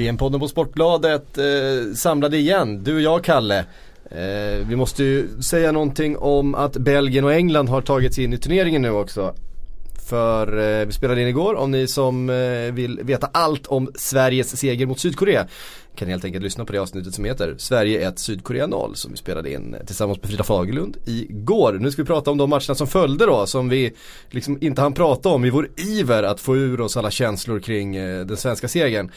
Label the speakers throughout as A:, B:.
A: VM-podden på Sportbladet samlade igen, du och jag, Kalle. Vi måste ju säga någonting om att Belgien och England har tagit sig in i turneringen nu också. För vi spelade in igår. Om ni som vill veta allt om Sveriges seger mot Sydkorea kan helt enkelt lyssna på det avsnittet som heter Sverige 1, Sydkorea 0, som vi spelade in tillsammans med Frida Fagerlund igår. Nu ska vi prata om de matcherna som följde då, som vi liksom inte hann prata om i vår iver att få ur oss alla känslor kring den svenska segern.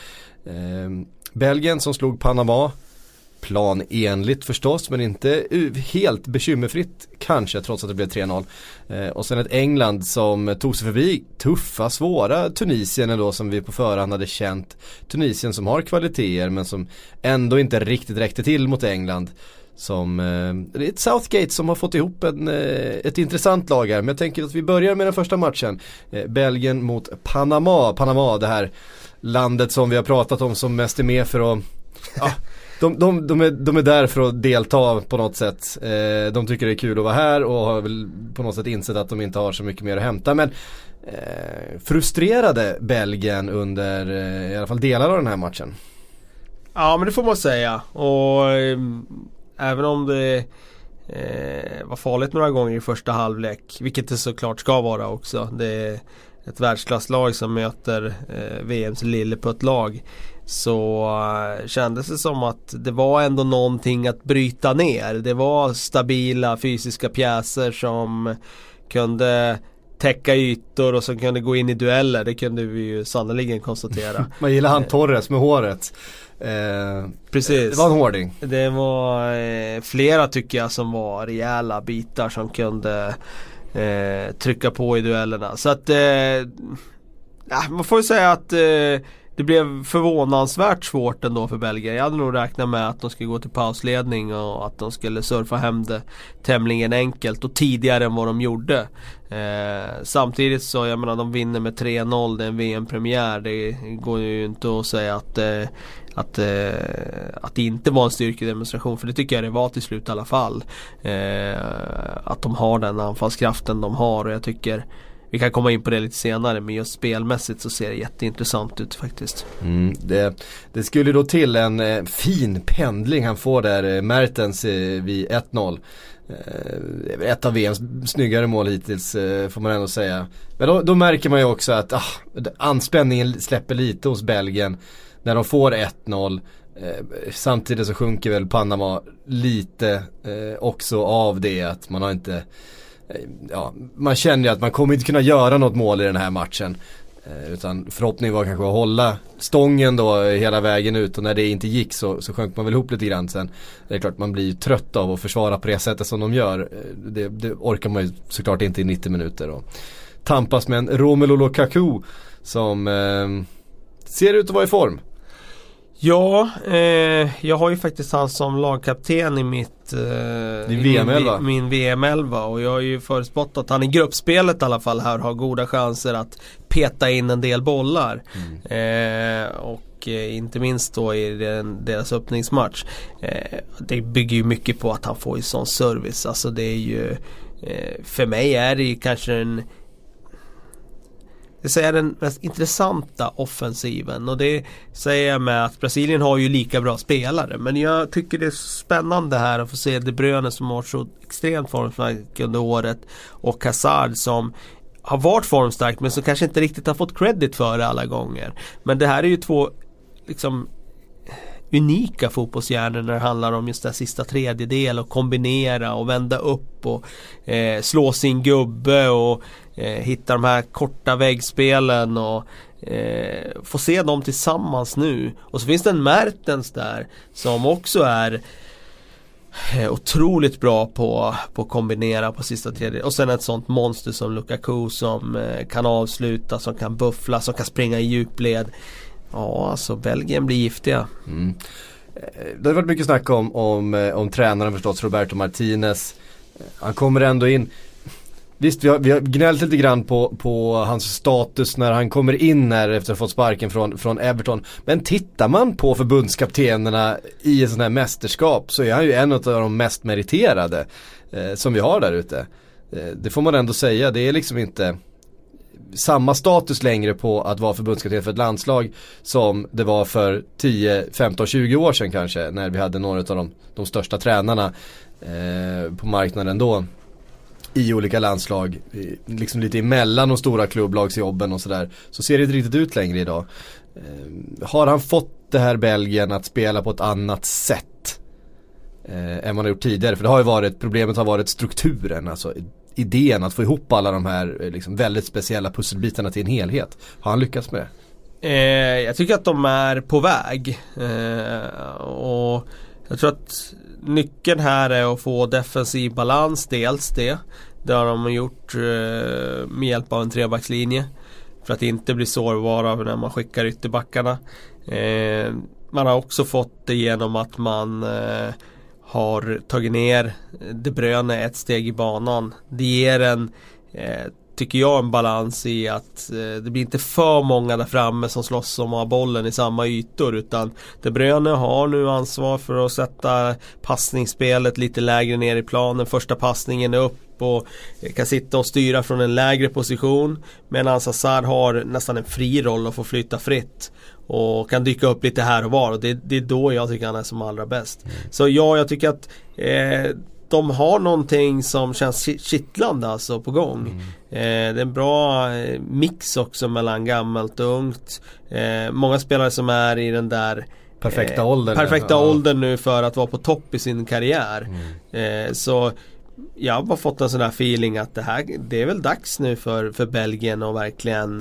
A: Belgien som slog Panama planenligt förstås, men inte helt bekymmerfritt kanske, trots att det blev 3-0. Och sen ett England som tog sig förbi tuffa, svåra Tunisien ändå, som vi på förhand hade känt. Tunisien som har kvaliteter men som ändå inte riktigt räckte till mot England. Det är ett Southgate som har fått ihop ett intressant lag här. Men jag tänker att vi börjar med den första matchen. Belgien mot Panama. Panama, det här landet som vi har pratat om som mest är med för att... Ja, de är där för att delta på något sätt. De tycker det är kul att vara här och har väl på något sätt insett att de inte har så mycket mer att hämta. Men frustrerade Belgien under i alla fall delar av den här matchen.
B: Ja, men det får man säga. Och även om det var farligt några gånger i första halvlek, vilket det såklart ska vara också. Det är ett världsklasslag som möter VMs lilleputtlag. Så kändes det som att det var ändå någonting att bryta ner. Det var stabila fysiska pjäser som kunde täcka ytor och som kunde gå in i dueller. Det kunde vi ju sannoliken konstatera.
A: Man gillar han Torres med håret.
B: Precis.
A: Det var en hårding.
B: Det var flera tycker jag som var rejäla bitar som kunde trycka på i duellerna. Så att man får ju säga att det blev förvånansvärt svårt ändå för Belgien. Jag hade nog räknat med att de skulle gå till pausledning och att de skulle surfa hem det tämligen enkelt och tidigare än vad de gjorde. Samtidigt så, jag menar, de vinner med 3-0, det är en VM-premiär. Det går ju inte att säga att det inte var en styrkedemonstration, för det tycker jag det var till slut i alla fall. Att de har den anfallskraften de har, och jag tycker vi kan komma in på det lite senare, men just spelmässigt så ser det jätteintressant ut faktiskt.
A: Det skulle då till en fin pendling han får där, Mertens vid 1-0. Ett av VMs snyggare mål hittills, får man ändå säga. Men då märker man ju också att anspänningen släpper lite hos Belgien när de får 1-0. Samtidigt så sjunker väl Panama lite också av det, att man har inte... Ja, man känner ju att man kommer inte kunna göra något mål i den här matchen, utan förhoppningen var kanske att hålla stången då hela vägen ut, och när det inte gick så sjönk man väl ihop lite grann sen. Det är klart man blir ju trött av att försvara på det sättet som de gör. Det orkar man ju såklart inte i 90 minuter och tampas med en Romelu Lukaku som ser ut att vara i form.
B: Ja, jag har ju faktiskt han som lagkapten i min VM-11, och jag har ju förutspått att han i gruppspelet i alla fall här har goda chanser att peta in en del bollar. Och inte minst då i deras öppningsmatch. Det bygger ju mycket på att han får ju sån service. Alltså det är ju, för mig är det ju kanske den mest intressanta offensiven, och det säger jag med att Brasilien har ju lika bra spelare, men jag tycker det är spännande här att få se De Bruyne som har så extremt formstark under året, och Hazard som har varit formstark men som kanske inte riktigt har fått credit för det alla gånger. Men det här är ju två liksom unika fotbollshjärnor när det handlar om just den sista tredjedel, och kombinera och vända upp och slå sin gubbe och hitta de här korta väggspelen och få se dem tillsammans nu. Och så finns det en Mertens där som också är otroligt bra på att kombinera på sista tredjedel, och sen ett sånt monster som Lukaku som kan avsluta, som kan buffla, som kan springa i djupled. Ja, alltså Belgien blir giftiga.
A: Det har varit mycket snack om tränaren förstås, Roberto Martinez. Han kommer ändå in. Visst, vi har gnällt lite grann på hans status när han kommer in här efter att ha fått sparken från Everton. Men tittar man på förbundskaptenerna i en sån här mästerskap, så är han ju en av de mest meriterade som vi har där ute. Det får man ändå säga. Det är liksom inte... samma status längre på att vara förbundskapten för ett landslag som det var för 10, 15, 20 år sedan kanske, när vi hade några av de största tränarna på marknaden då i olika landslag, liksom lite emellan de stora klubblagsjobben och sådär. Så ser det inte riktigt ut längre idag. Har han fått det här Belgien att spela på ett annat sätt än man har gjort tidigare? För det har ju varit, problemet har varit strukturen, alltså idén att få ihop alla de här liksom väldigt speciella pusselbitarna till en helhet. Har han lyckats med det?
B: Jag tycker att de är på väg. Och jag tror att nyckeln här är att få defensiv balans, dels det. Det har de gjort med hjälp av en trebackslinje. För att inte bli sårbara när man skickar ytterbackarna. Man har också fått det genom att man har tagit ner De Bruyne ett steg i banan. Det ger en, tycker jag, en balans i att det blir inte för många där framme som slåss om att ha bollen i samma ytor, utan De Bruyne har nu ansvar för att sätta passningsspelet lite lägre ner i planen. Första passningen är upp och kan sitta och styra från en lägre position, medan Hazard har nästan en fri roll att få flytta fritt och kan dyka upp lite här och var, och det är då jag tycker han är som allra bäst. Så ja, jag tycker att de har någonting som känns kittlande alltså på gång. Det är en bra mix också mellan gammalt och ungt. Många spelare som är i den där
A: perfekta åldern
B: nu för att vara på topp i sin karriär. Så jag har bara fått en sån där feeling att det är väl dags nu för Belgien att verkligen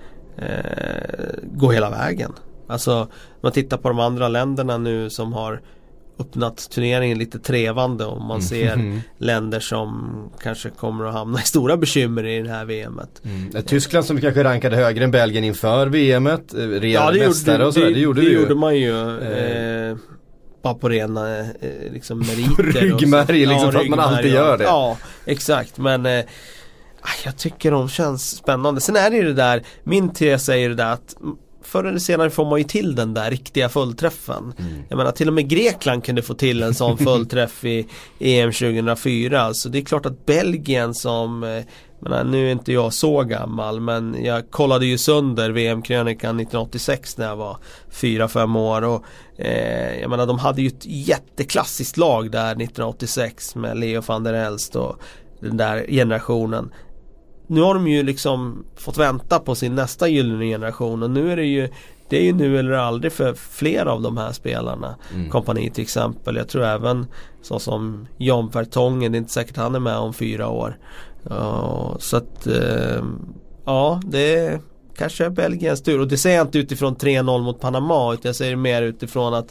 B: gå hela vägen. Alltså man tittar på de andra länderna nu som har öppnat turneringen lite trevande, och man ser länder som kanske kommer att hamna i stora bekymmer i det här VMet.
A: Tyskland som kanske rankade högre än Belgien inför VMet, redan mästare och sådär, det gjorde
B: man ju bara på rena liksom meriter.
A: Ryggmärg, liksom, för att man alltid gör det.
B: Ja, exakt, men jag tycker de känns spännande. Sen är det ju det där, min tes säger det där att förr eller senare får man ju till den där riktiga fullträffen. Jag menar, till och med Grekland kunde få till en sån fullträff i EM 2004. Alltså det är klart att Belgien som, nu är inte jag så gammal, men jag kollade ju sönder VM-krönikan 1986 när jag var 4-5 år, och jag menar, de hade ju ett jätteklassiskt lag där 1986 med Leo van der Elst och den där generationen. Nu har de ju liksom fått vänta på sin nästa gyllene generation, och nu är det är ju nu eller aldrig för flera av de här spelarna. Kompani till exempel, jag tror även så som Jan Vertongen, det är inte säkert han är med om 4 år. Så att ja, det är kanske Belgiens tur, och det säger jag inte utifrån 3-0 mot Panama, utan jag säger mer utifrån att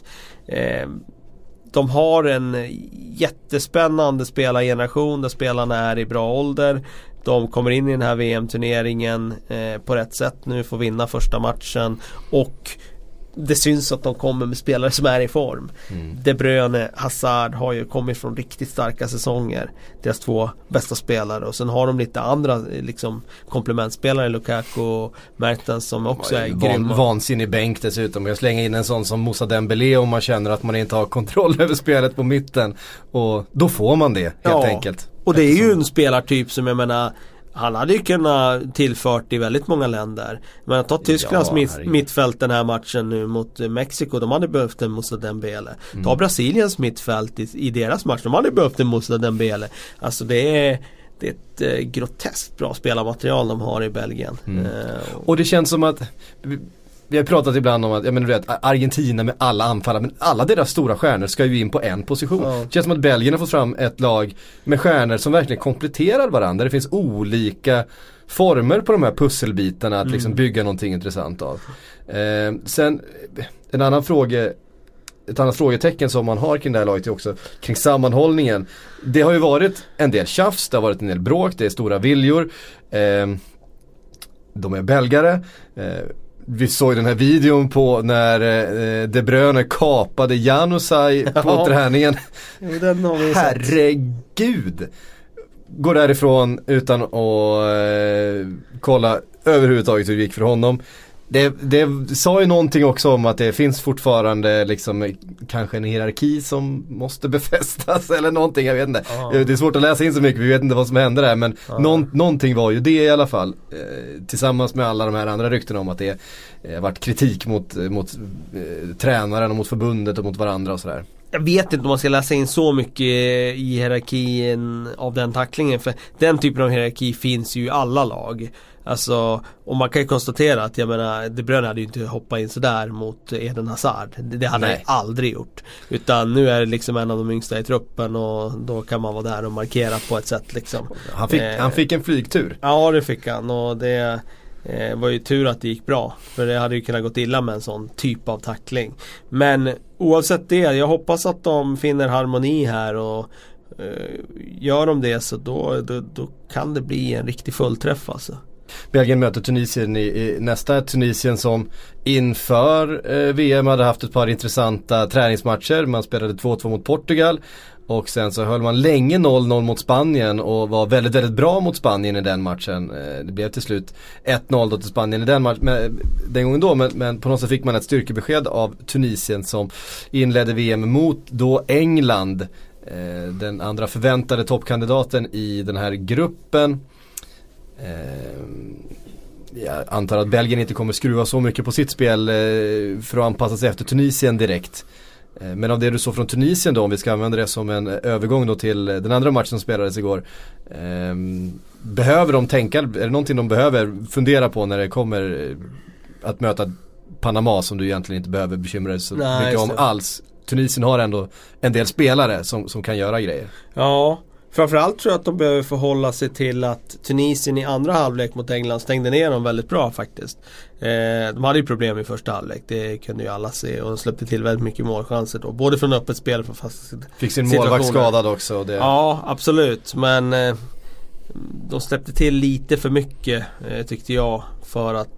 B: de har en jättespännande spelargeneration där spelarna är i bra ålder. De kommer in i den här VM-turneringen på rätt sätt nu, får vinna första matchen, och det syns att de kommer med spelare som är i form. De Bruyne, Hazard har ju kommit från riktigt starka säsonger, deras 2 bästa spelare, och sen har de lite andra liksom komplementspelare, Lukaku och Mertens, som också är grymma.
A: Vansinnig bänk dessutom. Jag slänger in en sån som Moussa Dembélé om man känner att man inte har kontroll över spelet på mitten, och då får man det helt enkelt.
B: Och det är ju en spelartyp som, jag menar, han hade ju kunnat tillfört i väldigt många länder. Men att ta Tysklands mittfält den här matchen nu mot Mexiko, de hade behövt en Moussa Dembélé. Ta Brasiliens mittfält i deras match, de hade behövt en Moussa Dembélé. Alltså det är ett groteskt bra spelarmaterial de har i Belgien.
A: Och det känns som att vi har pratat ibland om att, jag menar, du vet, Argentina med alla anfallare, men alla deras stora stjärnor ska ju in på en position. Det känns som att Belgien har fått fram ett lag med stjärnor som verkligen kompletterar varandra. Det finns olika former på de här pusselbitarna att liksom bygga någonting intressant av. Sen ett annat frågetecken som man har kring det här laget är också kring sammanhållningen. Det har ju varit en del tjafs, det har varit en del bråk, det är stora viljor. De är belgare. Vi såg den här videon på när De Bruyne kapade Januzaj på träningen.
B: Den har vi sett.
A: Herregud! Går därifrån utan att kolla överhuvudtaget hur det gick för honom. Det sa ju någonting också om att det finns fortfarande liksom kanske en hierarki som måste befästas eller någonting, jag vet inte. Det är svårt att läsa in så mycket, vi vet inte vad som händer där, men någonting var ju det i alla fall. Tillsammans med alla de här andra ryktena om att det varit kritik mot tränaren och mot förbundet och mot varandra och sådär.
B: Jag vet inte om man ska läsa in så mycket i hierarkin av den tacklingen, för den typen av hierarki finns ju i alla lag. Alltså, och man kan ju konstatera att, jag menar, De Bruyne hade ju inte hoppat in sådär mot Eden Hazard. Det hade han aldrig gjort. Utan nu är det liksom en av de yngsta i truppen, och då kan man vara där och markera på ett sätt liksom.
A: Han fick en flygtur.
B: Ja, det fick han, och det var ju tur att det gick bra, för det hade ju kunnat gått illa med en sån typ av tackling. Men oavsett det, jag hoppas att de finner harmoni här, och gör de det, så då kan det bli en riktig fullträff alltså.
A: Belgien möter Tunisien i nästa. Tunisien som inför VM hade haft ett par intressanta träningsmatcher. Man spelade 2-2 mot Portugal, och sen så höll man länge 0-0 mot Spanien och var väldigt, väldigt bra mot Spanien i den matchen. Det blev till slut 1-0 då till Spanien i den gången då, men på något sätt fick man ett styrkebesked av Tunisien som inledde VM mot då England, den andra förväntade toppkandidaten i den här gruppen. Jag antar att Belgien inte kommer skruva så mycket på sitt spel för att anpassa sig efter Tunisien direkt. Men av det du såg från Tunisien då, om vi ska använda det som en övergång då till den andra matchen som spelades igår, behöver de tänka, är det någonting de behöver fundera på när det kommer att möta Panama, som du egentligen inte behöver bekymra dig så mycket om alls? Tunisien har ändå en del spelare som kan göra grejer. Ja,
B: framförallt tror jag att de behöver förhålla sig till att Tunisien i andra halvlek mot England stängde ner dem väldigt bra faktiskt. De hade ju problem i första halvlek, det kunde ju alla se, och de släppte till väldigt mycket målchanser då, både från öppet spel och från fasta.
A: Fick sin målvakt skadad också. Det.
B: Ja, absolut, men de släppte till lite för mycket tyckte jag, för att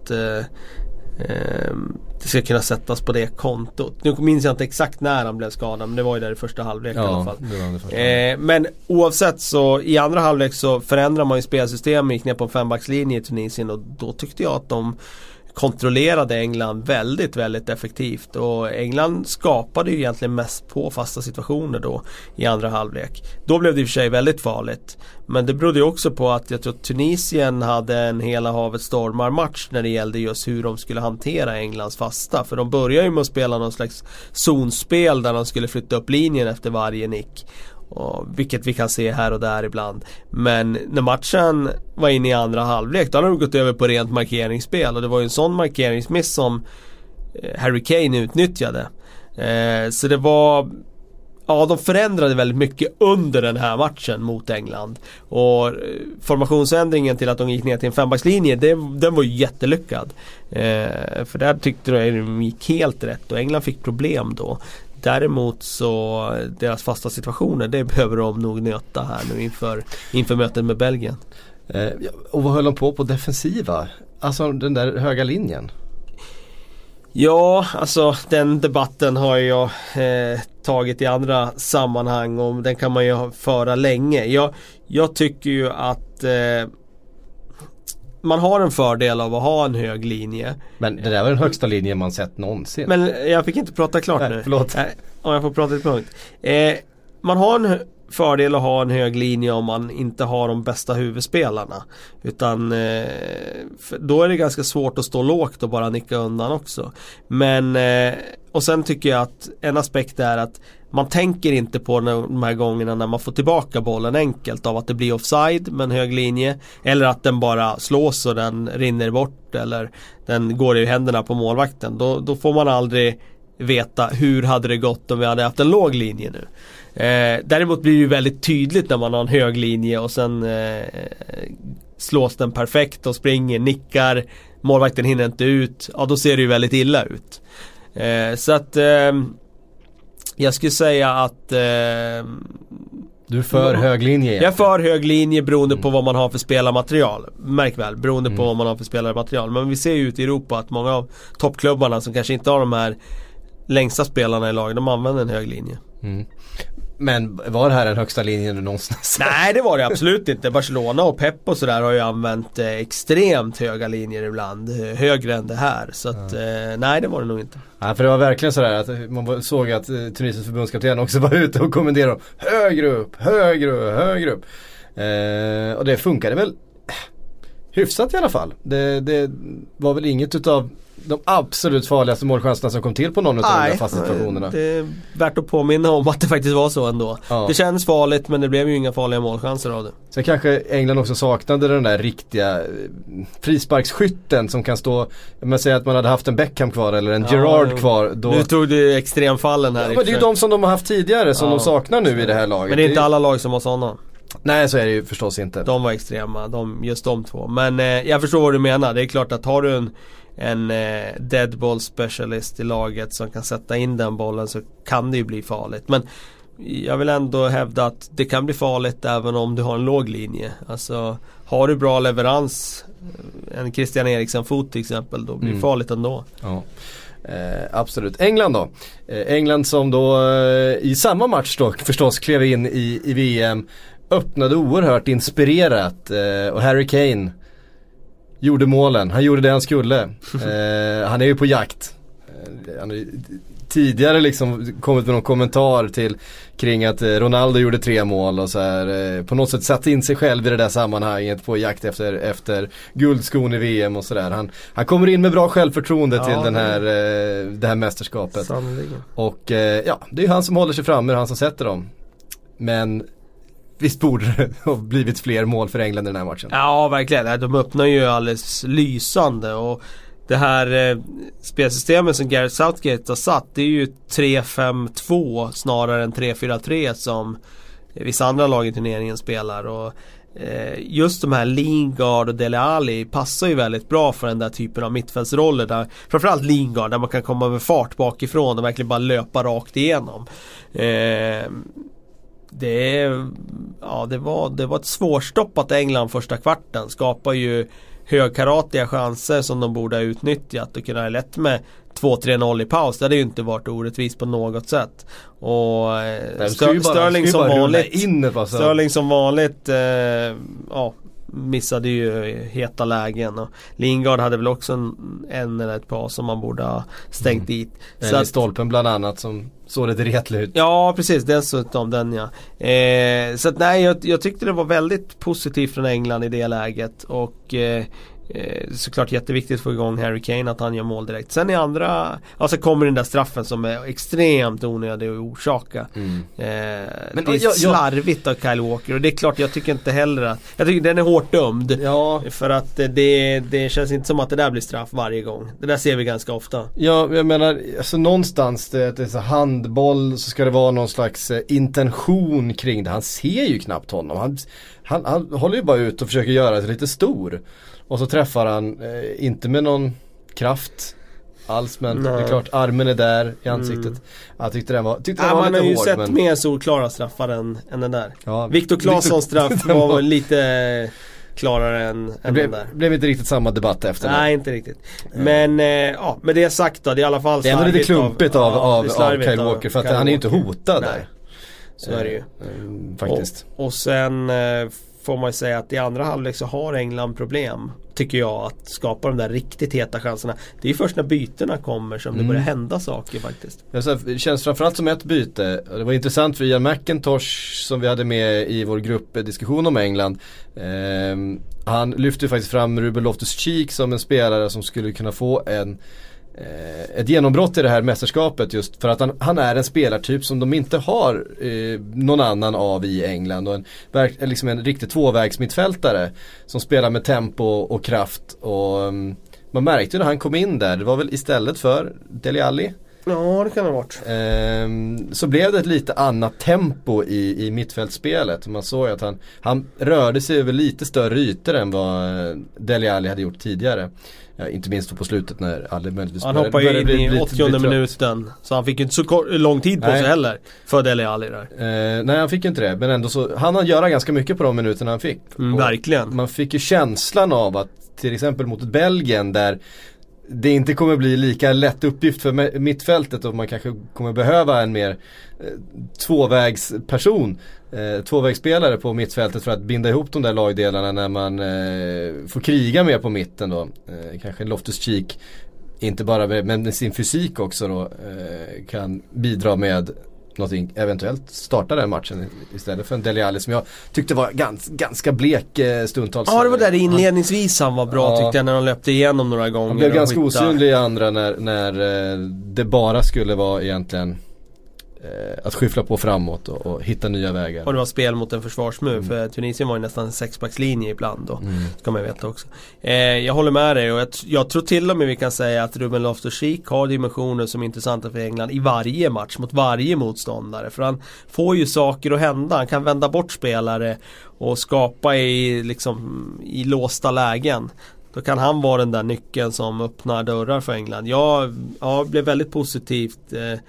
B: det ska kunna sättas på det kontot. Nu minns jag inte exakt när han blev skadad, men det var ju där i första halvlek i alla fall. Men oavsett, så i andra halvlek så förändrar man ju spelsystem, gick ner på en 5-backslinje i Tunisien, och då tyckte jag att de kontrollerade England väldigt, väldigt effektivt, och England skapade ju egentligen mest på fasta situationer då i andra halvlek. Då blev det i och för sig väldigt farligt, men det berodde ju också på att jag tror att Tunisien hade en hela havet stormar match när det gällde just hur de skulle hantera Englands fasta, för de började ju med att spela någon slags zonspel där de skulle flytta upp linjen efter varje nick, och vilket vi kan se här och där ibland. Men när matchen var inne i andra halvlek, då hade de gått över på rent markeringsspel, och det var ju en sån markeringsmiss som Harry Kane utnyttjade. Så det var, ja, de förändrade väldigt mycket under den här matchen mot England, och formationsändringen till att de gick ner till en 5-backslinje, den var ju jättelyckad. För där tyckte de gick helt rätt, och England fick problem då. Däremot så deras fasta situationer, det behöver de nog nöta här nu inför mötet med Belgien.
A: Och vad höll de på defensiva? Alltså den där höga linjen.
B: Ja, alltså den debatten har jag tagit i andra sammanhang, och den kan man ju föra länge. Jag tycker ju att man har en fördel av att ha en hög linje.
A: Men det där var den högsta linjen man sett någonsin.
B: Men jag fick inte prata klart nu.
A: Förlåt.
B: Om jag får prata ett punkt. Man har en fördel att ha en hög linje om man inte har de bästa huvudspelarna. Utan då är det ganska svårt att stå lågt och bara nicka undan också. Men och sen tycker jag att en aspekt är att man tänker inte på de här gångerna när man får tillbaka bollen enkelt av att det blir offside med en hög linje, eller att den bara slås och den rinner bort, eller den går i händerna på målvakten. Då får man aldrig veta hur hade det gått om vi hade haft en låg linje nu. Däremot blir det ju väldigt tydligt när man har en hög linje och sen slås den perfekt och springer, nickar, målvakten hinner inte ut. Ja, då ser det ju väldigt illa ut. Så att jag skulle säga att
A: du är för hög linje.
B: Jag är för hög linje beroende på vad man har för spelarmaterial. Märk väl, beroende på vad man har för spelarmaterial. Men vi ser ju ute i Europa att många av toppklubbarna som kanske inte har de här längsta spelarna i laget, de använder en hög linje.
A: Men var det här den högsta linjen du någonsin sett?
B: Nej, det var det absolut inte. Barcelona och Pep och sådär har ju använt extremt höga linjer ibland. Högre än det här. Så att, nej, det var det nog inte.
A: Ja, för det var verkligen sådär att man såg att Tunisiens förbundskapten också var ute och kommenderade högre upp. Och det funkade väl hyfsat i alla fall. Det var väl inget utav de absolut farligaste målchanserna som kom till på någon av de där fasta situationerna.
B: Det är värt att påminna om att det faktiskt var så ändå. Ja. Det känns farligt, men det blev ju inga farliga målchanser av det.
A: Sen kanske England också saknade den där riktiga frisparksskytten som kan stå, man säger att man hade haft en Beckham kvar eller en Gerrard kvar. Då...
B: Nu tog du extremfallen här.
A: Ja, men det är ju de som de har haft tidigare som de saknar nu i det här laget.
B: Men det är inte alla lag som har sådana.
A: Nej, så är det ju förstås inte.
B: De var extrema, just de två. Men jag förstår vad du menar. Det är klart att har du en dead ball specialist i laget som kan sätta in den bollen, så kan det ju bli farligt. Men jag vill ändå hävda att det kan bli farligt även om du har en låg linje. Alltså, har du bra leverans, en Christian Eriksen-fot till exempel, då blir det farligt ändå.
A: Ja. Absolut. England då. England som då i samma match då förstås klev in i VM, öppnade oerhört inspirerat, och Harry Kane gjorde målen. Han gjorde det han skulle. Han är ju på jakt. Han har tidigare liksom kommit med någon kommentar kring att Ronaldo gjorde 3 mål och så här, på något sätt satt in sig själv i det där sammanhanget på jakt efter guldskon i VM och sådär. Han kommer in med bra självförtroende till det här mästerskapet.
B: Sannoliken.
A: Och det är ju han som håller sig framme, han som sätter dem. Men visst borde det ha blivit fler mål för England i den här matchen.
B: Ja, verkligen. De öppnar ju alldeles lysande. Och det här spelsystemet som Gareth Southgate har satt, det är ju 3-5-2 snarare än 3-4-3 som vissa andra lag i turneringen spelar. Och just de här Lingard och Dele Alli passar ju väldigt bra för den där typen av mittfältsroller, där, framförallt Lingard, där man kan komma med fart bakifrån och verkligen bara löpa rakt igenom. Det var ett svårstoppat England första kvarten. Skapar ju högkaratiga chanser som de borde ha utnyttjat och kunna ha lätt med 2-3-0 i paus. Det hade ju inte varit orättvist på något sätt. Och Sterling som vanligt missade ju heta lägen, och Lingard hade väl också en eller ett par som man borde ha stängt dit.
A: Så att, stolpen bland annat som såg lite retlig ut.
B: Ja, precis, dessutom den så att nej, jag tyckte det var väldigt positivt från England i det läget, och såklart jätteviktigt att få igång Harry Kane, att han gör mål direkt. Sen i andra, alltså kommer den där straffen som är extremt onödig att orsaka. Men det är slarvigt av Kyle Walker, och det är klart, jag tycker inte heller att, jag tycker den är hårt dömd. Ja. För att det känns inte som att det där blir straff varje gång. Det där ser vi ganska ofta.
A: Ja, jag menar, alltså någonstans det är så handboll, så ska det vara någon slags intention kring det. Han ser ju knappt honom. Han håller ju bara ut och försöker göra det lite stor. Och så träffar han inte med någon kraft alls, men det är klart, armen är där i ansiktet. Jag tyckte den var lite hård. Man har ju
B: sett mer solklara straffar än den där. Ja, Viktor Claessons straff var lite klarare än den där. Det
A: blev inte riktigt samma debatt efter.
B: Nej, inte riktigt. Men med det sagt då, det är i alla fall
A: det är ändå lite klumpigt av Kyle Walker, för att han är ju inte hotad där.
B: Så är det ju.
A: Faktiskt.
B: Och sen får man ju säga att i andra halvlek så har England problem, tycker jag, att skapa de där riktigt heta chanserna. Det är ju först när bytena kommer som det börjar hända saker faktiskt. Det
A: känns framförallt som ett byte. Det var intressant för Ian McIntosh, som vi hade med i vår gruppdiskussion om England. Han lyfte faktiskt fram Ruben Loftus-Cheek som en spelare som skulle kunna få ett genombrott i det här mästerskapet, just för att han är en spelartyp som de inte har någon annan av i England, och liksom en riktig tvåvägsmittfältare som spelar med tempo och kraft, och man märkte ju när han kom in där, det var väl istället för Dele Alli.
B: Ja, det kan det ha varit.
A: Så blev det ett lite annat tempo i mittfältsspelet. Man såg att han rörde sig över lite större ytor än vad Dele Alli hade gjort tidigare. Ja, inte minst på slutet när Alli möjligtvis
B: han hoppade ju in i 80:e minuten, så han fick inte så lång tid på sig heller för Dele Alli där.
A: Nej, han fick inte det, men ändå så han göra ganska mycket på de minuterna han fick.
B: Verkligen.
A: Man fick ju känslan av att till exempel mot Belgien, där det inte kommer bli lika lätt uppgift för mittfältet och man kanske kommer behöva en mer tvåvägsspelare på mittfältet för att binda ihop de där lagdelarna när man får kriga mer på mitten då. Kanske en Loftus-Cheek inte bara med sin fysik också då kan bidra med någonting, eventuellt starta den matchen istället för en Dele Alli som jag tyckte var ganska blek stundtals.
B: Ja, det var där inledningsvis han var bra tyckte jag när de löpte igenom några gånger.
A: Han blev ganska osynlig i andra när det bara skulle vara egentligen att skyffla på framåt och hitta nya vägar. Och
B: det var spel mot en försvarsmur för Tunisien var ju nästan en sexbackslinje ibland då, ska man veta också. Jag håller med dig och jag tror till och med vi kan säga att Ruben Loftus-Cheek har dimensioner som är intressanta för England i varje match mot varje motståndare, för han får ju saker att hända, han kan vända bort spelare och skapa i låsta lägen. Då kan han vara den där nyckeln som öppnar dörrar för England. Jag blev väldigt positivt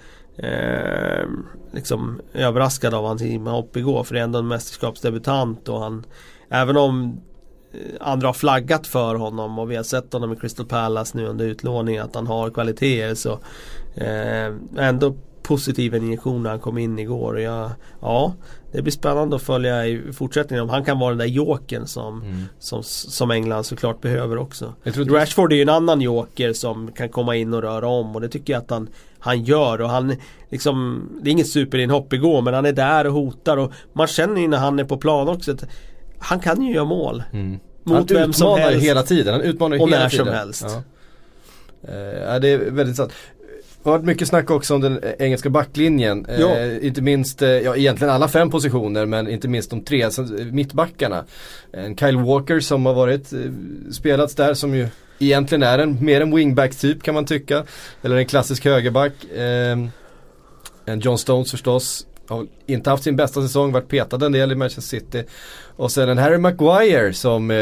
B: överraskad av hans hopp igår, för det är ändå en mästerskapsdebutant och han, även om andra har flaggat för honom och vi har sett honom i Crystal Palace nu under utlåning att han har kvaliteter, så ändå positiv injektion när han kom in igår och det blir spännande att följa i fortsättningen om han kan vara den där joken som England såklart behöver också. Rashford är ju en annan joker som kan komma in och röra om och det tycker jag att han gör, och han det är inget superinhopp igår men han är där och hotar och man känner ju när han är på plan också att han kan ju göra mål mot vem som helst
A: hela tiden, han utmanar ju hela tiden
B: som helst.
A: Ja, det är väldigt sant. Det har varit mycket snack också om den engelska backlinjen. Inte minst, egentligen alla 5 positioner, men inte minst de 3 mittbackarna. En Kyle Walker som har varit spelats där, som ju egentligen är mer en wingback typ kan man tycka. Eller en klassisk högerback. En John Stones förstås. Har inte haft sin bästa säsong, varit petad en del i Manchester City. Och sen en Harry Maguire som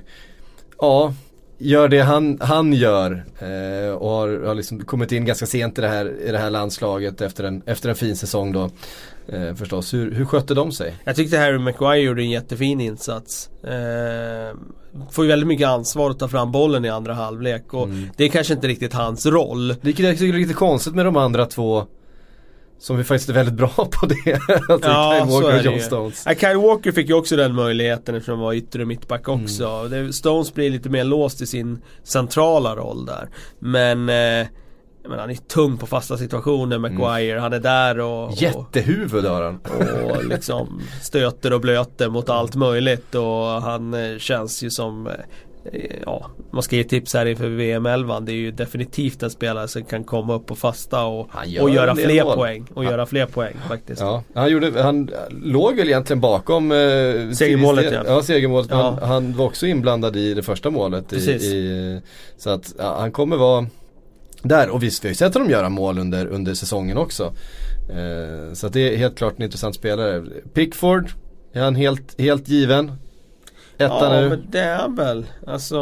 A: gör det han gör och har liksom kommit in ganska sent i det här landslaget efter en fin säsong då. Förstås. Hur skötte de sig?
B: Jag tyckte Harry Maguire gjorde en jättefin insats. Får ju väldigt mycket ansvar att ta fram bollen i andra halvlek och det är kanske inte riktigt hans roll.
A: Det är lite konstigt med de andra 2 som vi faktiskt är väldigt bra på det. Kyle Walker och John Stones.
B: Kyle Walker fick ju också den möjligheten eftersom han var yttre mittback också. Stones blir lite mer låst i sin centrala roll där. Men han är tung på fasta situationer, Maguire. Han är där och
A: jättehuvud har han.
B: Och liksom stöter och blöter mot allt möjligt. Och han känns ju som... man ska ge tips här inför VM-11. Det är ju definitivt en spelare som kan komma upp och fasta och göra fler poäng. Och göra fler poäng faktiskt.
A: Ja, han låg väl egentligen bakom
B: segermålet.
A: Segermålet. Han var också inblandad i det första målet. Så att han kommer vara där. Och visst, vi har ju sett dem göra mål under säsongen också. Så att det är helt klart en intressant spelare. Pickford, är han helt given? Nu.
B: Men det är han väl. Alltså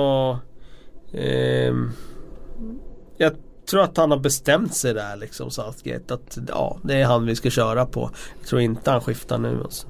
B: jag tror att han har bestämt sig där liksom, Southgate, att det är han vi ska köra på. Jag tror inte han skiftar nu alltså.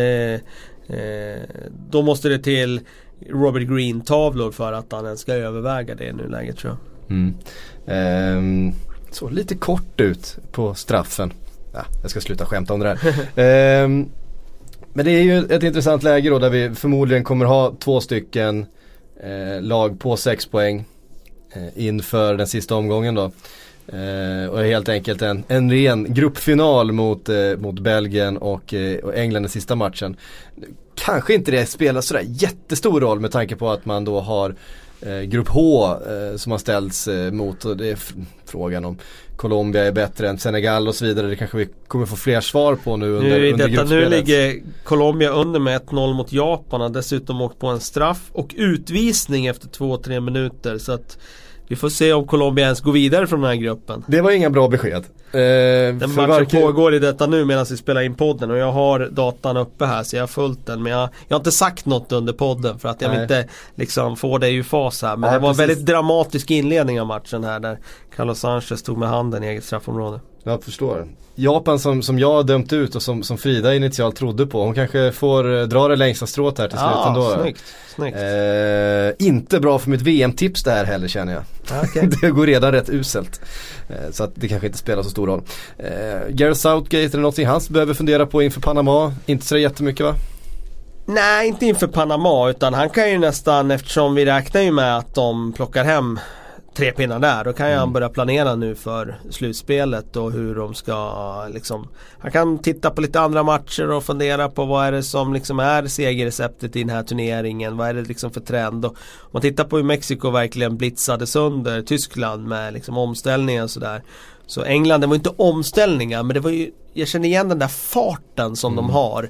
B: Då måste det till Robert Green-tavlor för att han ens ska överväga det nu läget, tror jag.
A: Så lite kort ut på straffen. Jag ska sluta skämta om det där. Men det är ju ett intressant läge då, där vi förmodligen kommer ha 2 stycken lag på 6 poäng inför den sista omgången då. Och helt enkelt en ren gruppfinal mot Belgien och England i sista matchen. Kanske inte det spelar sådär jättestor roll med tanke på att man då har grupp H som har ställts mot, och det är frågan om Colombia är bättre än Senegal och så vidare. Det kanske vi kommer få fler svar på nu under gruppspelet.
B: Nu ligger Colombia under med 1-0 mot Japan och dessutom åkt på en straff och utvisning efter 2-3 minuter, så att vi får se om Colombia ens går vidare från den här gruppen.
A: Det var inga bra besked.
B: Den matchen pågår i detta nu medan vi spelar in podden, och jag har datan uppe här så jag har följt den, men jag har inte sagt något under podden för att jag vill inte liksom få det i fas här. Men det var en väldigt dramatisk inledning av matchen här där Carlos Sanchez tog med handen i eget straffområde.
A: Jag förstår. Japan som jag har dömt ut och som Frida initialt trodde på. Hon kanske får dra det längsta strået här till slut ändå.
B: Snyggt.
A: Inte bra för mitt VM-tips det här heller, känner jag.
B: Okay.
A: Det går redan rätt uselt. Så att det kanske inte spelar så stor roll. Gareth Southgate, är det någonting han behöver fundera på inför Panama? Inte så jättemycket, va?
B: Nej, inte inför Panama, utan han kan ju nästan, eftersom vi räknar ju med att de plockar hem 3 pinnar där, då kan ju han börja planera nu för slutspelet och hur de ska liksom, han kan titta på lite andra matcher och fundera på vad är det som liksom är segerreceptet i den här turneringen, vad är det liksom för trend. Och om man tittar på hur Mexiko verkligen blitzade sönder Tyskland med liksom omställningar och sådär, så England, det var inte omställningar, men det var ju, jag känner igen den där farten som de har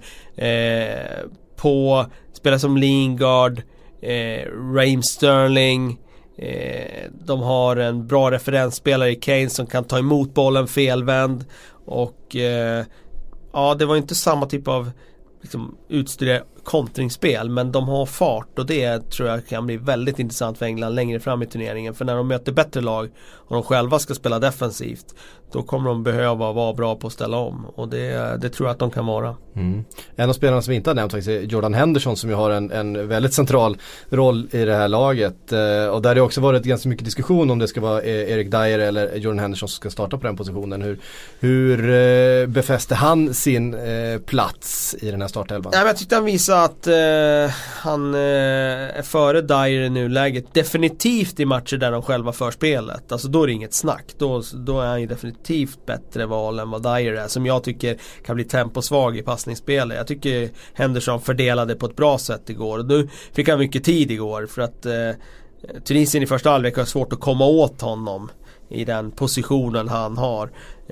B: på spelare som Lingard, Raheem Sterling. De har en bra referensspelare i Kane som kan ta emot bollen felvänd. Och ja, det var inte samma typ av liksom, utstuderat kontringsspel, men de har fart, och det tror jag kan bli väldigt intressant för England längre fram i turneringen. För när de möter bättre lag och de själva ska spela defensivt, då kommer de behöva vara bra på att ställa om, och det tror jag att de kan vara. En av spelarna som vi inte har nämnt faktiskt är Jordan Henderson, som ju har en väldigt central roll i det här laget, och där det också varit ganska mycket diskussion om det ska vara Eric Dyer eller Jordan Henderson som ska starta på den positionen. Hur befäste han sin plats i den här startelvan? Ja, men jag tyckte han visade att han är före Dyer i nuläget, definitivt i matcher där de själva för spelet. Alltså då är det inget snack, då är han ju definitivt bättre val än vad Dyer är, som jag tycker kan bli temposvag i passningsspelet. Jag tycker Henderson fördelade på ett bra sätt igår, och nu fick han mycket tid igår för att Tunisien i första halvlek har svårt att komma åt honom i den positionen han har.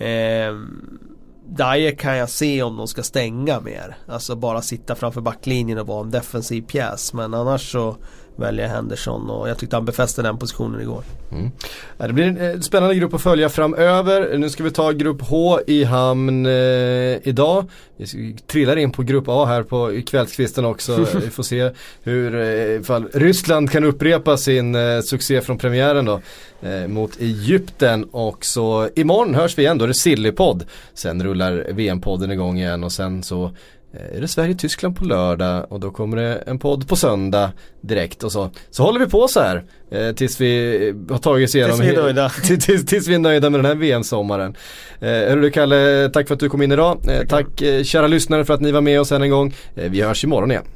B: Dyer kan jag se om de ska stänga mer, alltså bara sitta framför backlinjen och vara en defensiv pjäs, men annars så väljer Henderson, och jag tyckte han befäste den positionen igår.
A: Det blir en spännande grupp att följa framöver. Nu ska vi ta grupp H i hamn idag. Vi trillar in på grupp A här på kvällskvisten också. Vi får se hur ifall Ryssland kan upprepa sin succé från premiären då, mot Egypten. Och så imorgon hörs vi igen, då är det Sillypodd. Sen rullar VM-podden igång igen, och sen så är det Sverige-Tyskland på lördag, och då kommer det en podd på söndag direkt, och så håller vi på så här tills vi har tagit oss igenom tills vi är nöjda med den här VM-sommaren. Du Kalle, tack för att du kom in idag. Tack kära lyssnare för att ni var med oss än en gång. Vi hörs imorgon igen.